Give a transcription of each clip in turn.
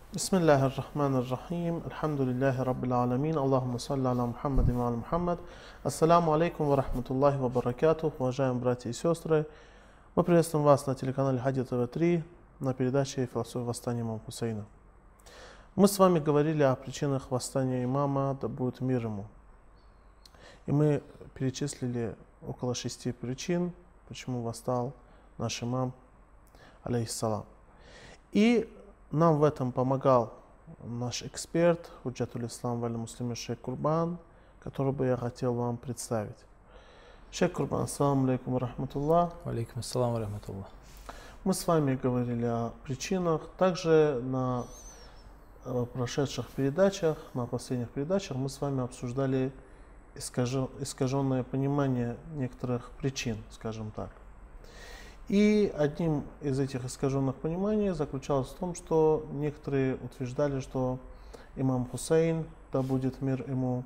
بسم الله الرحمن الرحيم الحمد لله رب العالمين اللهم صل على Мухаммад وعلى Мухаммад. Ассаламу алейкум ва рахматуллахи ва баракатух. Уважаемые братья и сестры, мы приветствуем вас на телеканале Хади ТВ3 на передаче «Философия восстания имама Хусейна». Мы с вами говорили о причинах восстания имама, да будет мир ему. И мы перечислили около 6 причин, почему восстал наш имам, алейхиссалам. И нам в этом помогал наш эксперт, Худжатуль Ислам валь Муслимин Шейх Курбан, которого бы я хотел вам представить. Шейх Курбан, ассаламу алейкум ва рахматуллах. Алейкум ассалам ва рахматуллах. Мы с вами говорили о причинах. Также на прошедших передачах, на последних передачах мы с вами обсуждали искаженное понимание некоторых причин, скажем так. И одним из этих искаженных пониманий заключалось в том, что некоторые утверждали, что имам Хусейн, да будет мир ему,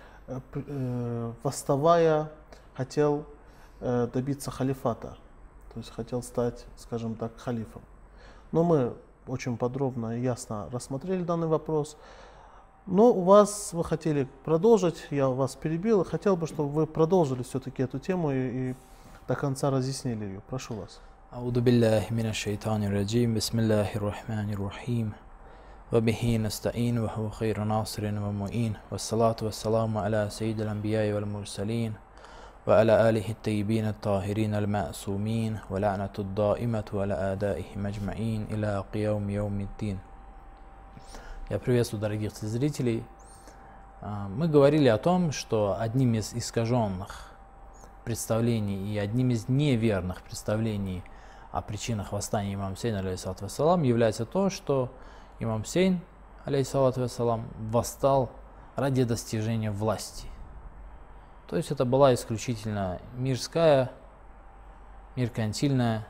восставая, хотел добиться халифата, то есть хотел стать, скажем так, халифом. Но мы очень подробно и ясно рассмотрели данный вопрос. Но вы хотели продолжить, я вас перебил, и хотел бы, чтобы вы продолжили все-таки эту тему и до конца разъяснили ее. Прошу вас. Ауду биллахи минаш шайтанир раджим. Бисмиллахир рахманир рахим. Ва бихи настаин ва хува хайру насирин ва муин. Вассалату вассаламу аля саййидил анбияи вал мурсалин. Ва аля алихи ат-таййибин ат-tahирин аль-ма'сумин. Ва ла'нату ад-даимату аля адаихим аджмаин иля қияум яумиддин. Я приветствую дорогих зрителей. Мы говорили о том, что одним из искаженных представлений и одним из неверных представлений о причинах восстания имама Хусейна, алейхиссалату вассалам, является то, что имам Хусейн, алейхиссалату вассалам, восстал ради достижения власти. То есть это была исключительно мирская, меркантильная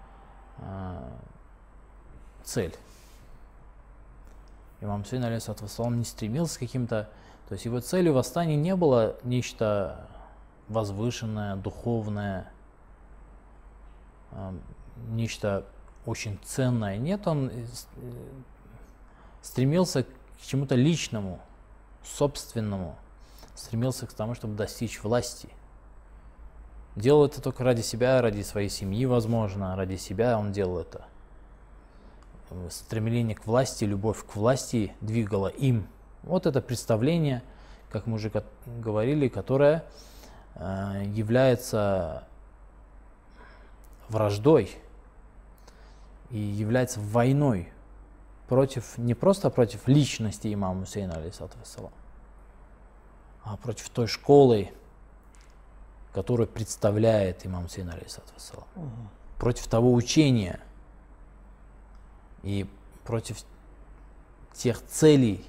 цель. Имам Хусейн, алейхиссалату вассалам, не стремился к каким-то... То есть его целью восстания не было нечто возвышенное, духовное, нечто очень ценное. Нет, он стремился к чему-то личному, собственному, стремился к тому, чтобы достичь власти. Делал это только ради себя, ради своей семьи, возможно, ради себя он делал это. Стремление к власти, любовь к власти двигало им. Вот это представление, как мы уже говорили, которое является враждой и является войной против, не просто против личности имама Хусейна, алейхиссалату вассалам, а против той школы, которую представляет имам Хусейн, алейхиссалату вассалам, против того учения и против тех целей,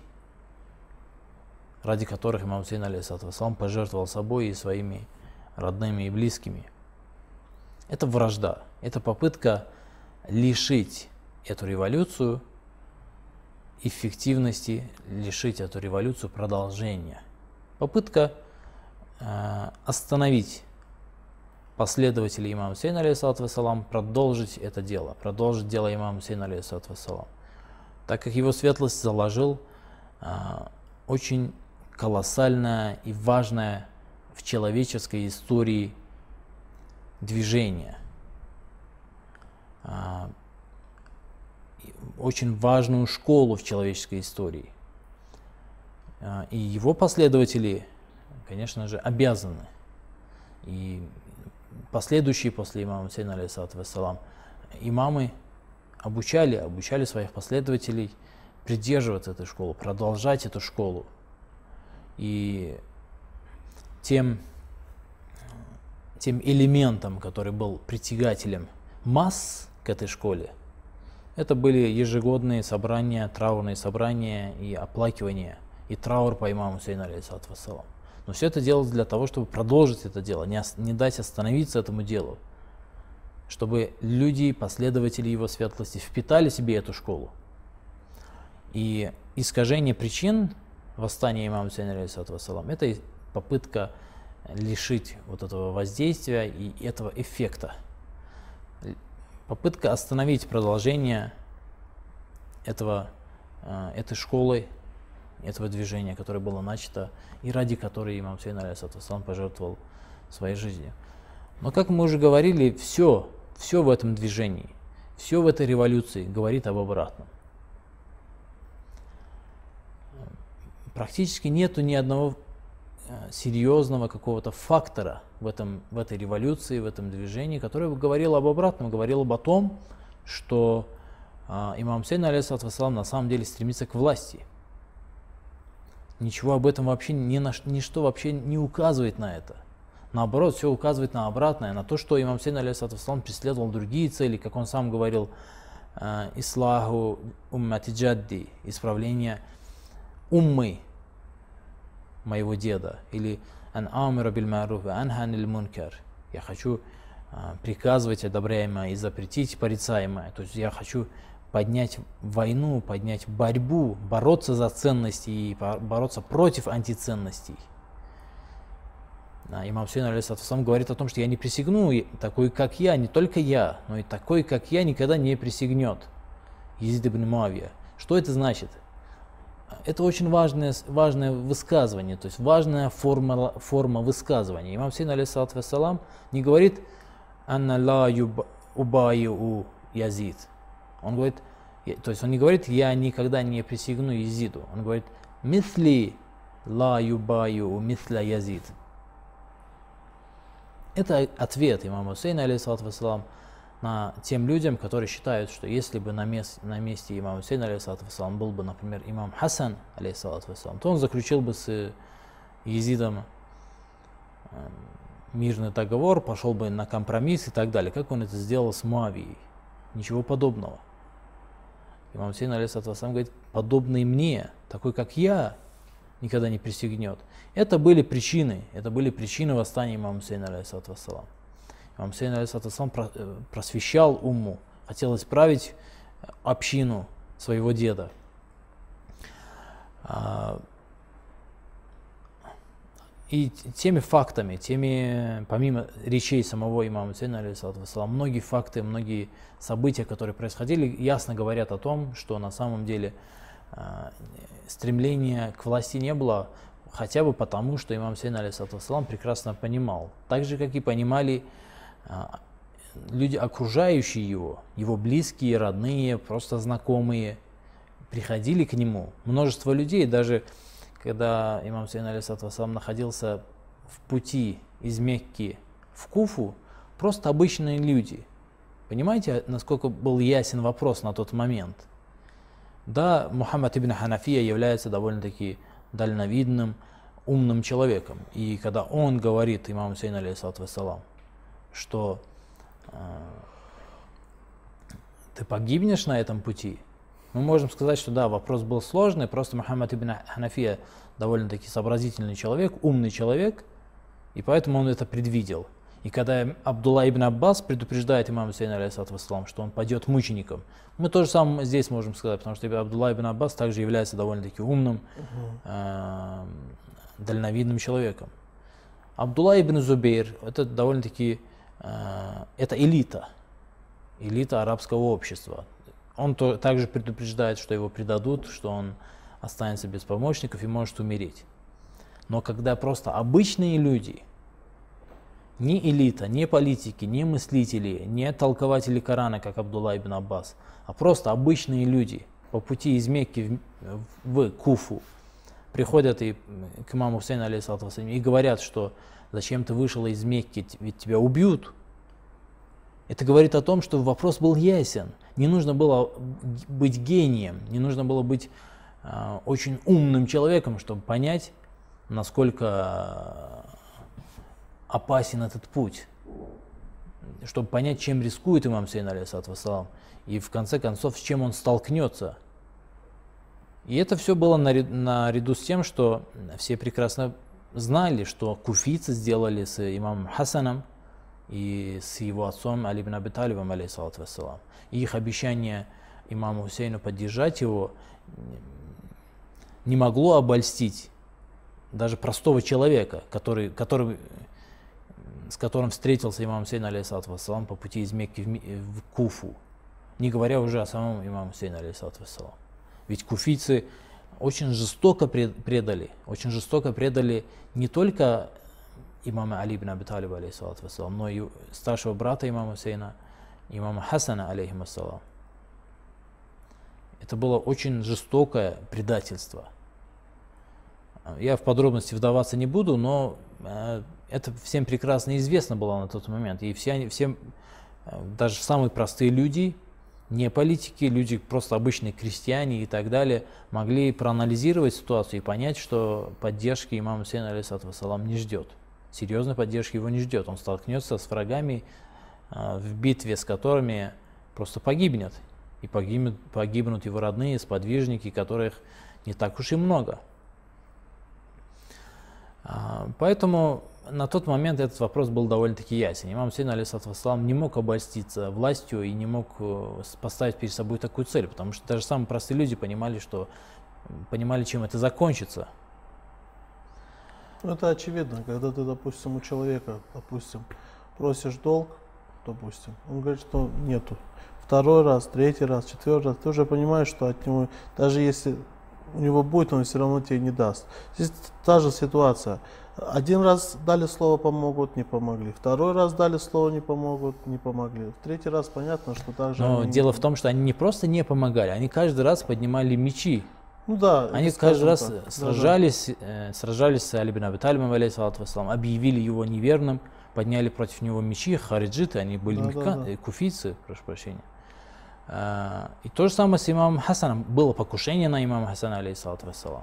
ради которых имам Хусейн, алейхиссалату вассалам, пожертвовал собой и своими родными и близкими. Это вражда, это попытка лишить эту революцию эффективности, лишить эту революцию продолжения. Попытка остановить последователей имама Хусейна, алейхиссалату вассалам, продолжить это дело, продолжить дело имама Хусейна, алейхиссалату вассалам, так как его светлость заложил очень колоссальное и важное в человеческой истории движение, очень важную школу в человеческой истории. И его последователи, конечно же, обязаны, и последующие после имама Хусейна, алейхиссалату вассалам, имамы обучали своих последователей придерживаться этой школы, продолжать эту школу. И тем элементом, который был притягателем масс к этой школе, это были ежегодные собрания, траурные собрания и оплакивания, и траур по имаму Хусейну, алейхиссалату вассалам. Но все это делалось для того, чтобы продолжить это дело, не дать остановиться этому делу, чтобы люди, последователи его светлости, впитали себе эту школу. И искажение причин восстания имама Хусейна, алейхиссалату вассалам, это попытка лишить вот этого воздействия и этого эффекта. Попытка остановить продолжение этого этой школой, этого движения, которое было начато, и ради которой имам Хусейн алейхиссалам пожертвовал своей жизнью. Но, как мы уже говорили, все в этом движении, все в этой революции говорит об обратном. Практически нету ни одного серьезного какого-то фактора в этой революции, в этом движении, который бы говорил об обратном, говорил об том, что имам Хусейн алейхиссалам на самом деле стремится к власти. Ничего об этом вообще, ничто вообще не указывает на это. Наоборот, все указывает на обратное, на то, что имам Хусейн алейхиссалам преследовал другие цели, как он сам говорил, ислаху уммати джадди, исправление уммы моего деда, или ан амира биль ма'руф ва анха анил мункар. Я хочу приказывать одобряемое и запретить порицаемое. То есть я хочу поднять войну, поднять борьбу, бороться за ценности и бороться против антиценностей. Имам Хусейн алейхиссалам говорит о том, что я не присягну, такой как я, не только я, но и такой как я никогда не присягнет. Язид ибн Муавия. Что это значит? Это очень важное высказывание, то есть важная форма высказывания. Имам Хусейн алейхиссалам не говорит «Анна ла убайю Язид». Он говорит, то есть он не говорит «я никогда не присягну Язиду». Он говорит «Мисли ла юбаю мисля Язид». Это ответ имама Хусейна алейхиссалам на тем людям, которые считают, что если бы на месте имама Хусейна алейхиссалам был бы, например, имам Хасан алейхиссалам, то он заключил бы с Язидом мирный договор, пошел бы на компромисс и так далее. Как он это сделал с Муавией? Ничего подобного. Имам Хусейн алейхиссалам говорит, подобный мне, такой как я, никогда не присягнет. Это были причины восстания имама Хусейна алейхиссалам. Имам Хусейн алейхиссалам просвещал умму, хотел исправить общину своего деда. И теми фактами, помимо речей самого имама Хусейна алейхиссалам, многие факты, многие события, которые происходили, ясно говорят о том, что на самом деле стремления к власти не было, хотя бы потому, что имам Хусейн алейхиссалам прекрасно понимал, так же, как и понимали люди, окружающие его близкие, родные, просто знакомые, приходили к нему. Множество людей, даже когда имам Хусейн алейхиссалам находился в пути из Мекки в Куфу, просто обычные люди. Понимаете, насколько был ясен вопрос на тот момент? Да, Мухаммад ибн Ханафия является довольно-таки дальновидным, умным человеком. И когда он говорит, имам Хусейн алейхиссалам, что ты погибнешь на этом пути, мы можем сказать, что да, вопрос был сложный, просто Мухаммад ибн Ханафия довольно-таки сообразительный человек, умный человек, и поэтому он это предвидел. И когда Абдулла ибн Аббас предупреждает имама Хусейна алейхиссалам, что он пойдет мучеником, мы тоже самое здесь можем сказать, потому что Абдулла ибн Аббас также является довольно-таки умным, дальновидным человеком. Абдулла ибн Зубейр – это довольно-таки это элита арабского общества. Он также предупреждает, что его предадут, что он останется без помощников и может умереть. Но когда просто обычные люди, не элита, не политики, не мыслители, не толкователи Корана, как Абдулла ибн Аббас, а просто обычные люди по пути из Мекки в Куфу приходят и к имаму Хусейну алейхиссалату вассалям и говорят, что зачем ты вышел из Мекки, ведь тебя убьют. Это говорит о том, что вопрос был ясен. Не нужно было быть гением, не нужно было быть очень умным человеком, чтобы понять, насколько опасен этот путь, чтобы понять, чем рискует имам Хусейн алейхиссалату вассалам, и в конце концов, с чем он столкнется. И это все было наряду с тем, что все прекрасно знали, что куфийцы сделали с имамом Хасаном и с его отцом Али ибн Аби Талибом алейхиссалату вассалам. И их обещание имаму Хусейну поддержать его не могло обольстить даже простого человека, с которым встретился имам Хусейн алейхиссалату вассалам по пути из Мекки в Куфу, не говоря уже о самом имаме Хусейне алейхиссалату вассалам. Ведь куфийцы очень жестоко предали не только имама Али ибн Аби Талиба, алейхиссалату вассалам, но и старшего брата имама Хусейна, имама Хасана, алейхиссалам. Это было очень жестокое предательство. Я в подробности вдаваться не буду, но это всем прекрасно известно было на тот момент. И всем, даже самые простые люди, не политики, люди просто обычные крестьяне и так далее, могли проанализировать ситуацию и понять, что поддержки имама Хусейна, алейхиссалату вассалам, не ждет. Серьезной поддержки его не ждет. Он столкнется с врагами, в битве с которыми просто погибнет. И погибнут его родные, сподвижники, которых не так уж и много. Поэтому на тот момент этот вопрос был довольно-таки ясен. Имам Хусейн, алейхиссалату вассалам, не мог обольститься властью и не мог поставить перед собой такую цель, потому что даже самые простые люди понимали, чем это закончится. Это очевидно, когда ты, допустим, у человека, просишь долг, допустим, он говорит, что нету. Второй раз, третий раз, четвертый раз, ты уже понимаешь, что от него, даже если у него будет, он все равно тебе не даст. Здесь та же ситуация. Один раз дали слово, помогут, не помогли. Второй раз дали слово, не помогут, не помогли. В третий раз понятно, что также. Но дело в том, что они не просто не помогали, они каждый раз поднимали мечи. Ну да. Они каждый раз сражались с Али ибн Аби Талибом, алейхиссалату вассалам, объявили его неверным, подняли против него мечи, хариджиты, они были куфийцы, прошу прощения. И то же самое с имамом Хасаном. Было покушение на имама Хасана, алейхиссалату вассалам.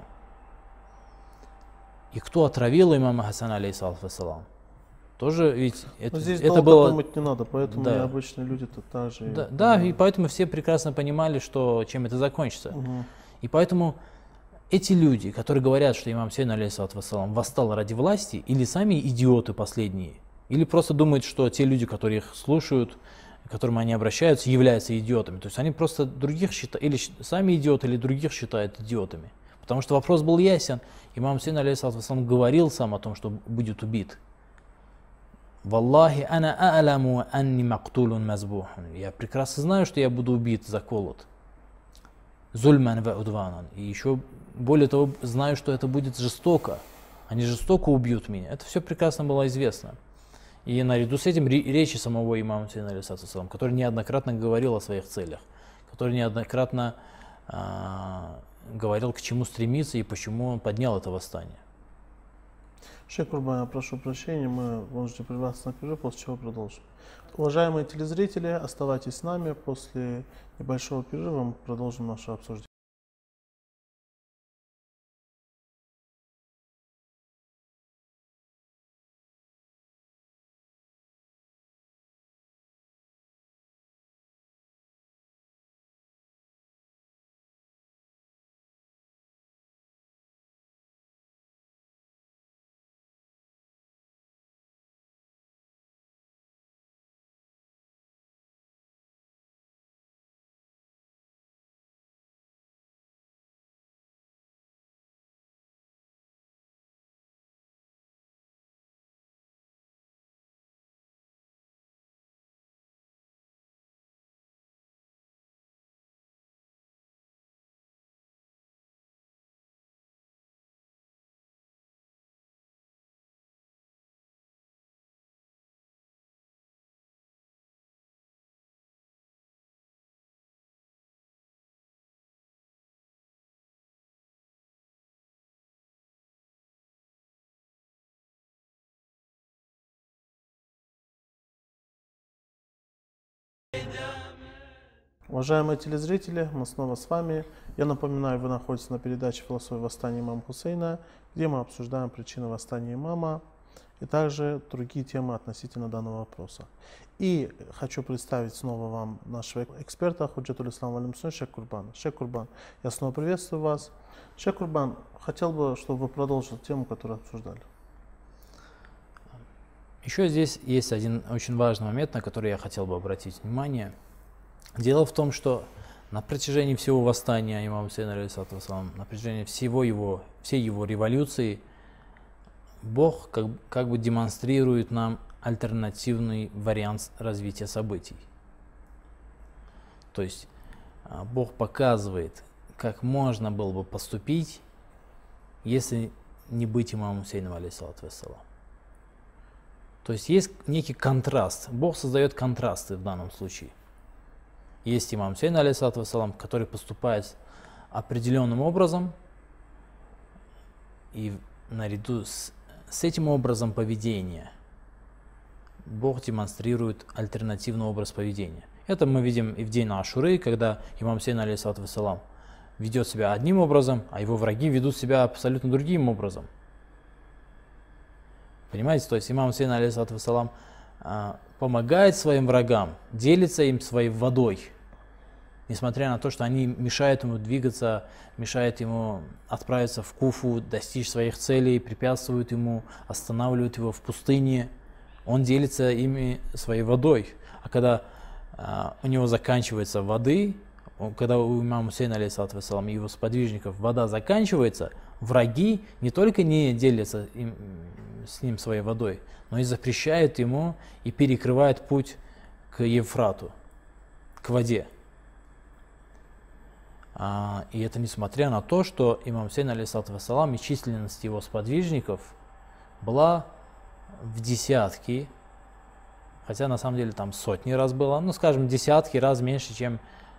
И кто отравил имама Хасана, алейхиссалату вассалам? Тоже ведь это было... думать не надо, поэтому и обычные люди-то также... Да, и поэтому все прекрасно понимали, чем это закончится. И поэтому эти люди, которые говорят, что имам Хусейн, алейхиссалату вассалам, восстал ради власти, или сами идиоты последние, или просто думают, что те люди, которые их слушают, к которым они обращаются, являются идиотами. То есть они просто других считают, или сами идиоты, или других считают идиотами. Потому что вопрос был ясен. Имам Хусейн, алейхиссалату вассалам, говорил сам о том, что будет убит. «Валлахи ана а'ламу анни мактулун мазбухан». Я прекрасно знаю, что я буду убит, заколот. «Зульман ва удванан». И еще более того, знаю, что это будет жестоко. Они жестоко убьют меня. Это все прекрасно было известно. И наряду с этим речи самого имама Хусейна, алейхиссалату вассалам, который неоднократно говорил о своих целях, который неоднократно говорил, к чему стремиться и почему он поднял это восстание. Шейх Курбан, я прошу прощения, мы можете прерваться на перерыв, после чего продолжим. Уважаемые телезрители, оставайтесь с нами, после небольшого перерыва мы продолжим наше обсуждение. Уважаемые телезрители, мы снова с вами. Я напоминаю, вы находитесь на передаче «Философия восстания имама Хусейна», где мы обсуждаем причины восстания имама и также другие темы относительно данного вопроса. И хочу представить снова вам нашего эксперта, Худжатуль Ислам Валимсун, Шейх Курбан. Шейх Курбан, я снова приветствую вас. Шейх Курбан, хотел бы, чтобы вы продолжили тему, которую обсуждали. Еще здесь есть один очень важный момент, на который я хотел бы обратить внимание. Дело в том, что на протяжении всего восстания имама Хусейна, алейхиссалату вассалам, на протяжении всей его революции, Бог как бы демонстрирует нам альтернативный вариант развития событий. То есть Бог показывает, как можно было бы поступить, если не быть имамом Хусейном, алейхиссалату вассалам. То есть есть некий контраст. Бог создает контрасты в данном случае. Есть имам Хусейн, алейхиссалату вассалам, который поступает определенным образом, и наряду с этим образом поведения Бог демонстрирует альтернативный образ поведения. Это мы видим и в день Ашуры, когда имам Хусейн, алейхиссалату вассалам, ведет себя одним образом, а его враги ведут себя абсолютно другим образом. Понимаете, то есть имам Хусейн, алейхиссалату вассалам, помогает своим врагам, делится им своей водой, несмотря на то, что они мешают ему двигаться, мешают ему отправиться в Куфу, достичь своих целей, препятствуют ему, останавливают его в пустыне. Он делится ими своей водой. А когда у него заканчивается воды, когда у имама Хусейна, алейхиссалату вассалам, и его сподвижников вода заканчивается, враги не только не делятся с ним своей водой, но и запрещают ему и перекрывают путь к Евфрату, к воде. И это несмотря на то, что имам Хусейн, алейхиссалату вассалам, и численность его сподвижников была в десятки, хотя на самом деле там сотни раз было, ну скажем, десятки раз меньше, чем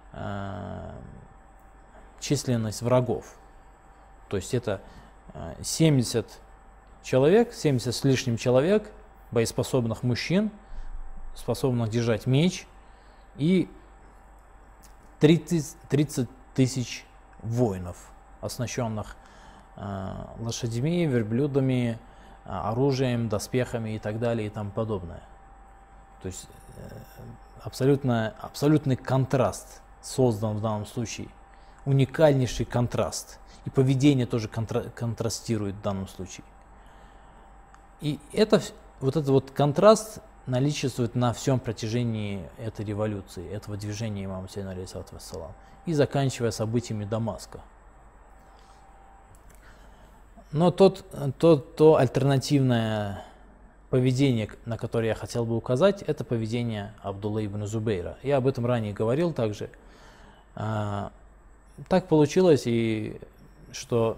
численность врагов. То есть это 70 человек, 70 с лишним человек, боеспособных мужчин, способных держать меч, и 30 тысяч воинов, оснащенных лошадьми, верблюдами, оружием, доспехами и так далее и тому подобное. То есть абсолютный контраст создан в данном случае, уникальнейший контраст. И поведение тоже контрастирует в данном случае. И вот этот контраст наличествует на всем протяжении этой революции, этого движения имама Хусейна, алейхиссалату вассалам, и заканчивая событиями Дамаска. Но то альтернативное поведение, на которое я хотел бы указать, это поведение Абдулла ибн Зубейра. Я об этом ранее говорил также. Так получилось, и что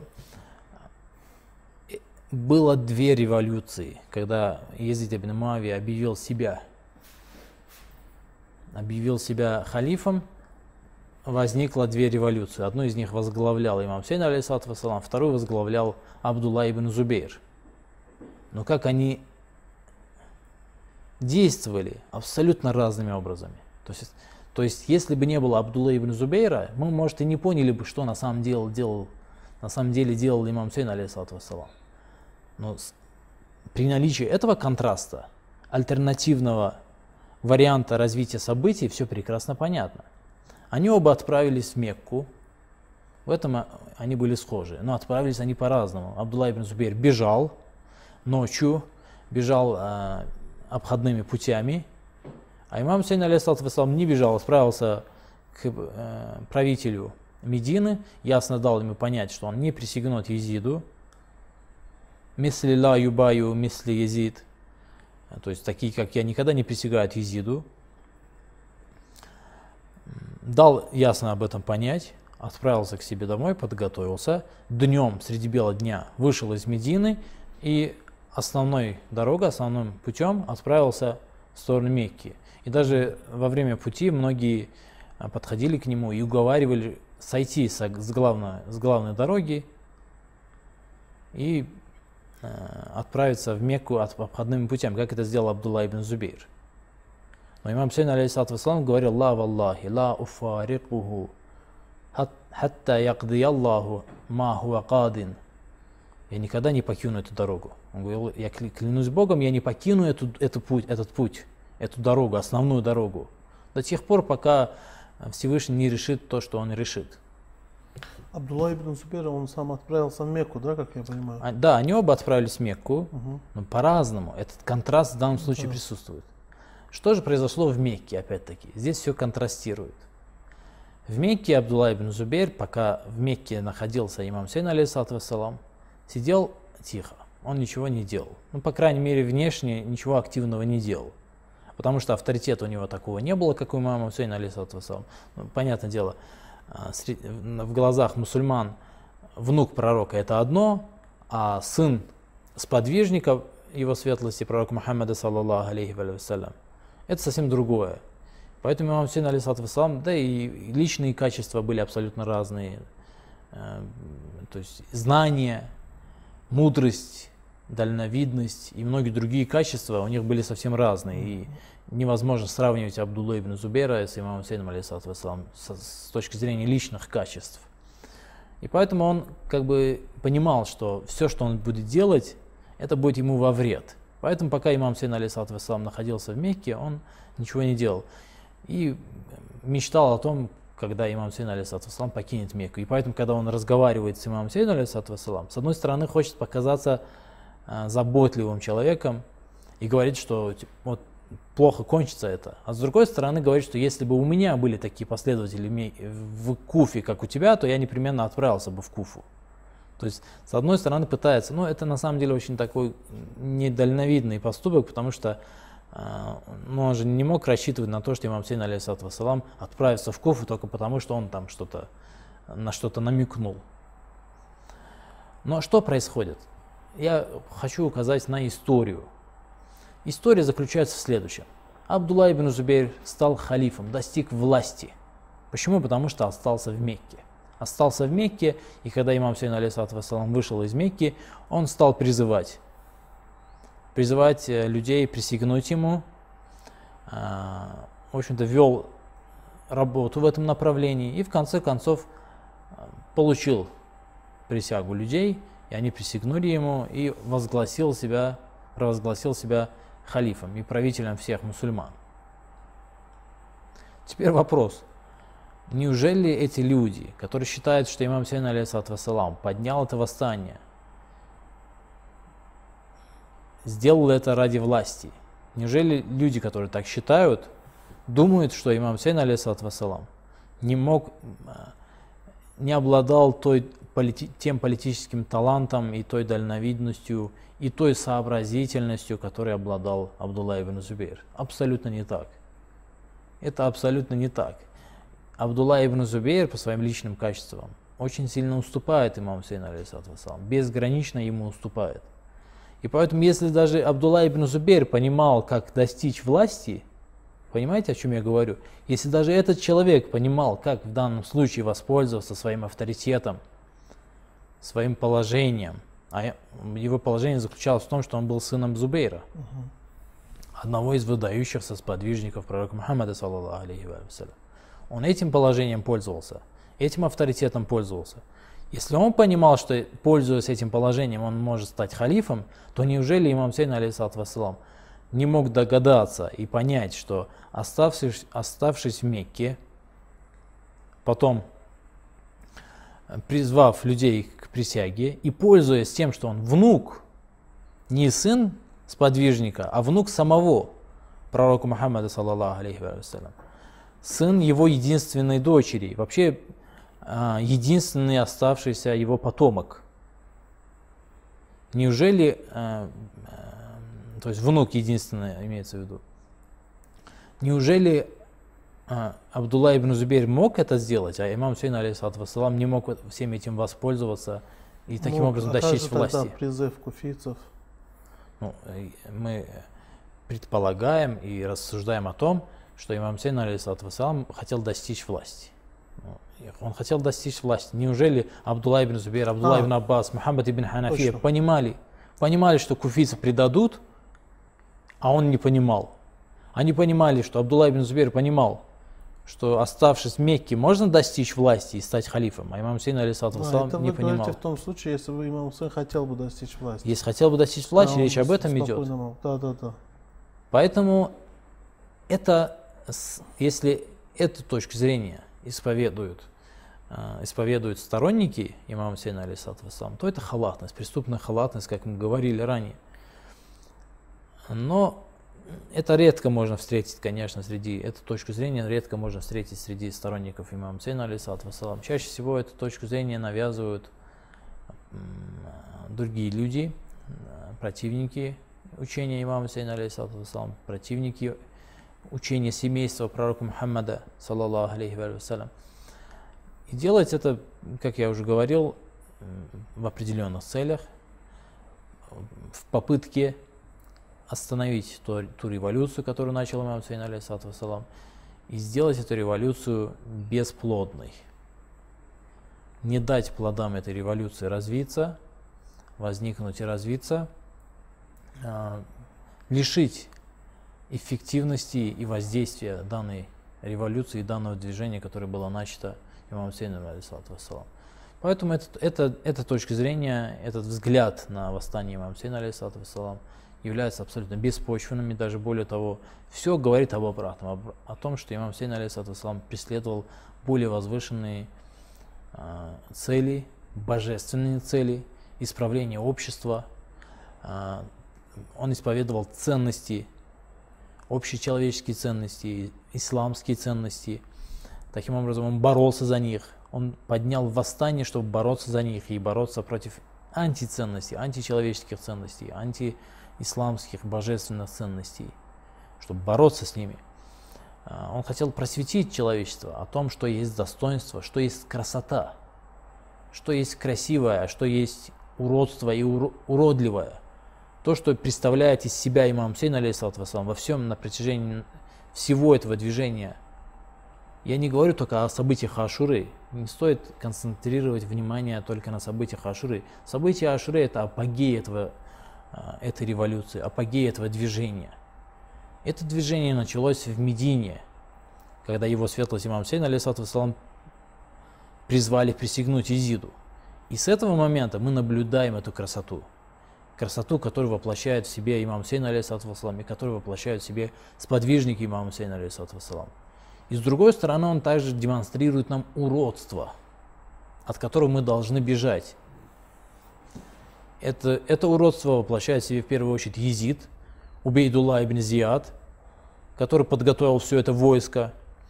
было две революции, когда Язид ибн Муавия объявил себя халифом, возникло две революции. Одну из них возглавлял имам Хусейн, алейхиссалату вассалам, вторую возглавлял Абдулла ибн Зубейр. Но как они действовали абсолютно разными образами. То есть, если бы не было Абдулла ибн Зубейра, мы, может, и не поняли бы, что на самом деле делал имам Хусейн, алейхиссалату вассалам. Но при наличии этого контраста, альтернативного варианта развития событий, все прекрасно понятно. Они оба отправились в Мекку, в этом они были схожи, но отправились они по-разному. Абдулла ибн Зубейр бежал ночью, бежал обходными путями, а имам Хусейн, алейхиссалату вассалам, не бежал, отправился к правителю Медины, ясно дал ему понять, что он не присягнет Езиду, «Мисли ла юбаю, мисли Езид», то есть такие, как я, никогда не присягают Езиду. Дал ясно об этом понять, отправился к себе домой, подготовился. Днем, среди бела дня, вышел из Медины и основным путем отправился в сторону Мекки. И даже во время пути многие подходили к нему и уговаривали сойти с главной дороги и отправиться в Мекку обходными путями, как это сделал Абдулла ибн Зубейр. Но имам Хусейн, алейхиссалату вассалам, говорил: «Ла валлахи, ла уфарикуху, хатта якдияллаху ма хуа кадин». Я никогда не покину эту дорогу. Он говорил: я клянусь Богом, я не покину этот путь, эту дорогу, основную дорогу, до тех пор, пока Всевышний не решит то, что он решит. Абдулла ибн Зубейр, он сам отправился в Мекку, да, как я понимаю? Да, они оба отправились в Мекку, но по-разному. Этот контраст в данном случае присутствует. Что же произошло в Мекке, опять-таки? Здесь все контрастирует. В Мекке Абдулла ибн Зубейр, пока в Мекке находился имам Хусейн, алейхиссалату вассалам, сидел тихо, он ничего не делал. Ну, по крайней мере, внешне ничего активного не делал. Потому что авторитета у него такого не было, как у имама Хусейна, алейхиссалату вассалам. Ну, понятное дело, в глазах мусульман внук пророка это одно, а сын сподвижника его светлости, пророка Мухаммада, саллаллаху алейхи вассалям, это совсем другое. Поэтому имам Хусейн, алейхиссалату вассалам, да и личные качества были абсолютно разные. То есть знания, мудрость, дальновидность и многие другие качества у них были совсем разные. И невозможно сравнивать Абдулла ибн Зубейра с имамом Хусейном, алейхиссалату вассалам, с точки зрения личных качеств. И поэтому он как бы понимал, что все, что он будет делать, это будет ему во вред. Поэтому пока имам Хусейн, алейхиссалату вассалам, находился в Мекке, он ничего не делал. И мечтал о том, когда имам Хусейн, алейхиссалату вассалам, покинет Мекку. И поэтому, когда он разговаривает с имамом Хусейном, алейхиссалату вассалам, с одной стороны хочет показаться заботливым человеком и говорит, что вот плохо кончится это. А с другой стороны говорит, что если бы у меня были такие последователи в Куфе, как у тебя, то я непременно отправился бы в Куфу. То есть, с одной стороны пытается, но это на самом деле очень такой недальновидный поступок, потому что он же не мог рассчитывать на то, что имам Хусейн, алейхиссалату вассалам, отправится в Куфу только потому, что он там на что-то намекнул. Но что происходит? Я хочу указать на историю. История заключается в следующем. Абдулла ибн Зубейр стал халифом, достиг власти. Почему? Потому что остался в Мекке. Остался в Мекке, и когда имам Хусейн, алейхиссалату вассалам, вышел из Мекки, он стал призывать людей присягнуть ему. В общем-то, вел работу в этом направлении и в конце концов получил присягу людей, и они присягнули ему и провозгласил себя халифом и правителем всех мусульман. Теперь вопрос. Неужели эти люди, которые считают, что имам Хусейн, алейхиссалату вассалам, поднял это восстание, сделал это ради власти? Неужели люди, которые так считают, думают, что имам Хусейн, алейхиссалату вассалам, не обладал тем политическим талантом и той дальновидностью и той сообразительностью, которой обладал Абдулла ибн Зубейр? Абсолютно не так. Это абсолютно не так. Абдулла ибн Зубейр по своим личным качествам очень сильно уступает имаму Хусейну, алейхиссалату вассалам, безгранично ему уступает. И поэтому, если даже Абдулла ибн Зубейр понимал, как достичь власти, понимаете, о чем я говорю? Если даже этот человек понимал, как в данном случае воспользоваться своим авторитетом, своим положением, а его положение заключалось в том, что он был сыном Зубейра, одного из выдающихся сподвижников пророка Мухаммада, саллаллаху алейхи вассалям. Он этим положением пользовался, этим авторитетом пользовался. Если он понимал, что, пользуясь этим положением, он может стать халифом, то неужели имам Хусейн, алейхиссалату вассалам, не мог догадаться и понять, что, оставшись в Мекке, потом призвав людей к присяге и пользуясь тем, что он внук, не сын сподвижника, а внук самого пророка Мухаммада, саллаллаху алейхи вассалям, сын его единственной дочери, вообще единственный оставшийся его потомок. Неужели, то есть внук единственный имеется в виду, неужели Абдулла ибн Зубейр мог это сделать, а имам Хусейн, алейхиссалату вассалам, не мог всем этим воспользоваться и таким образом достичь власти? Тогда призыв куфийцев? Мы предполагаем и рассуждаем о том, что имам Хусейн, алейхиссалату вассалам, хотел достичь власти. Он хотел достичь власти. Неужели Абдулла ибн Зубейр, Абдулла ибн Аббас, Мухаммад ибн Ханафия понимали, что куфийцы предадут, а он не понимал? Они понимали, что Абдулла ибн Зубейр понимал, что, оставшись в Мекке, можно достичь власти и стать халифом, а имам Хусейн, алейхиссалату вассалам, не понимал. Это в том случае, если бы имам Хусейн хотел бы достичь власти. Если хотел бы достичь власти, речь об этом идет. Да. Поэтому если эту точку зрения исповедуют сторонники имама Хусейна, алейхиссалату вассалам, то это халатность, преступная халатность, как мы говорили ранее. Но это редко можно встретить, конечно, эту точку зрения редко можно встретить среди сторонников имама Хусейна, алейхиссалату вассалам. Чаще всего эту точку зрения навязывают другие люди, противники учения имама Хусейна, алейхиссалату вассалам, противники учения семейства пророка Мухаммада, саллаллаху алейхи вассалям. И делать это, как я уже говорил, в определенных целях, в попытке остановить ту революцию, которую начал имам Хусейн, алейхиссалату вассалам, и сделать эту революцию бесплодной. Не дать плодам этой революции развиться, возникнуть и развиться, лишить эффективности и воздействия данной революции и данного движения, которое было начато имамом Хусейном, алейхиссалату вассалам. Поэтому эта точка зрения, этот взгляд на восстание имама Хусейна, алейхиссалату вассалам, является абсолютно беспочвенными, даже более того, все говорит об обратном, о том, что имам Хусейн, алейхиссалату вассалам, преследовал более возвышенные цели, божественные цели, исправление общества. Он исповедовал ценности, общечеловеческие ценности, исламские ценности. Таким образом, он боролся за них. Он поднял восстание, чтобы бороться за них и бороться против антиценностей, античеловеческих ценностей, антиисламских божественных ценностей, чтобы бороться с ними. Он хотел просветить человечество о том, что есть достоинство, что есть красота, что есть красивое, а что есть уродство и уродливое. То, что представляет из себя имам Хусейн, алейхиссалату вассалам, во всем на протяжении всего этого движения. Я не говорю только о событиях Ашуры. Не стоит концентрировать внимание только на событиях Ашуры. События Ашуры – это апогей этой революции, апогей этого движения. Это движение началось в Медине, когда его светлость имам Хусейн, алейхиссалату вассалам, призвали присягнуть Езиду. И с этого момента мы наблюдаем эту красоту. Красоту, которую воплощает в себе имам Хусейн, алейхиссалату вассалам, и которую воплощают в себе сподвижники имама Хусейна, алейхиссалату вассалам. И с другой стороны, он также демонстрирует нам уродство, от которого мы должны бежать. Это уродство воплощает в себе в первую очередь Езид, Убейдулла ибн Зияд, который подготовил все это войско,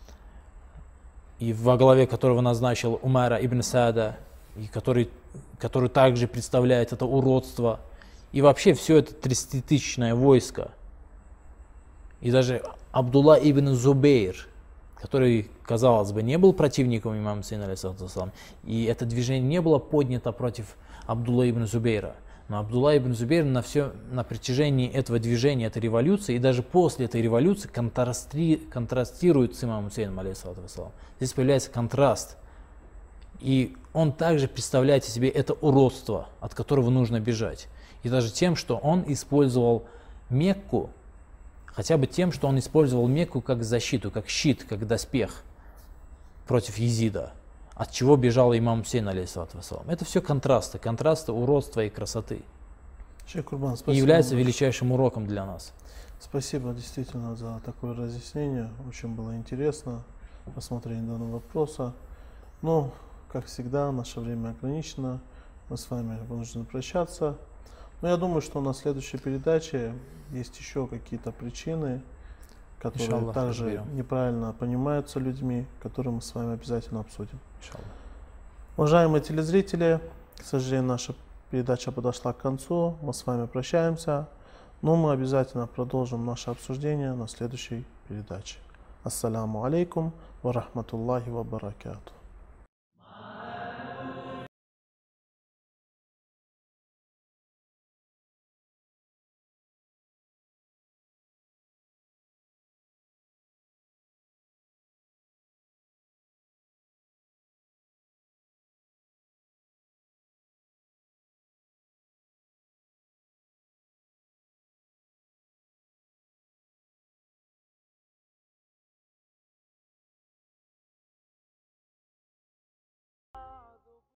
и во главе которого назначил Умара ибн Саада, и который также представляет это уродство. И вообще все это 30-тысячное войско. И даже Абдулла ибн Зубейр, который, казалось бы, не был противником имама Хусейна, алейхиссалату вассалам, и это движение не было поднято против Абдулла ибн Зубейра. Но Абдулла ибн Зубейр на протяжении этого движения, этой революции, и даже после этой революции контрастирует с имамом Хусейном, алейхиссалату вассалам. Здесь появляется контраст. И он также представляет себе это уродство, от которого нужно бежать. И даже тем, что он использовал Мекку, хотя бы тем, что он использовал Мекку как защиту, как щит, как доспех против Езида, от чего бежал имам Хусейн, алейхиссалату вассалам. Это все контрасты, уродства и красоты. Шейх Курбан, спасибо. И является величайшим уроком для нас. Спасибо действительно за такое разъяснение. Очень было интересно рассмотрение данного вопроса. Но, как всегда, наше время ограничено. Мы с вами вынуждены прощаться. Но я думаю, что на следующей передаче есть еще какие-то причины, которые Иншаллах, также разберем. неправильно понимаются людьми, которые мы с вами обязательно обсудим. Иншаллах. Уважаемые телезрители, к сожалению, наша передача подошла к концу. Мы с вами прощаемся, но мы обязательно продолжим наше обсуждение на следующей передаче. Ассаляму алейкум ва рахматуллахи ва баракату.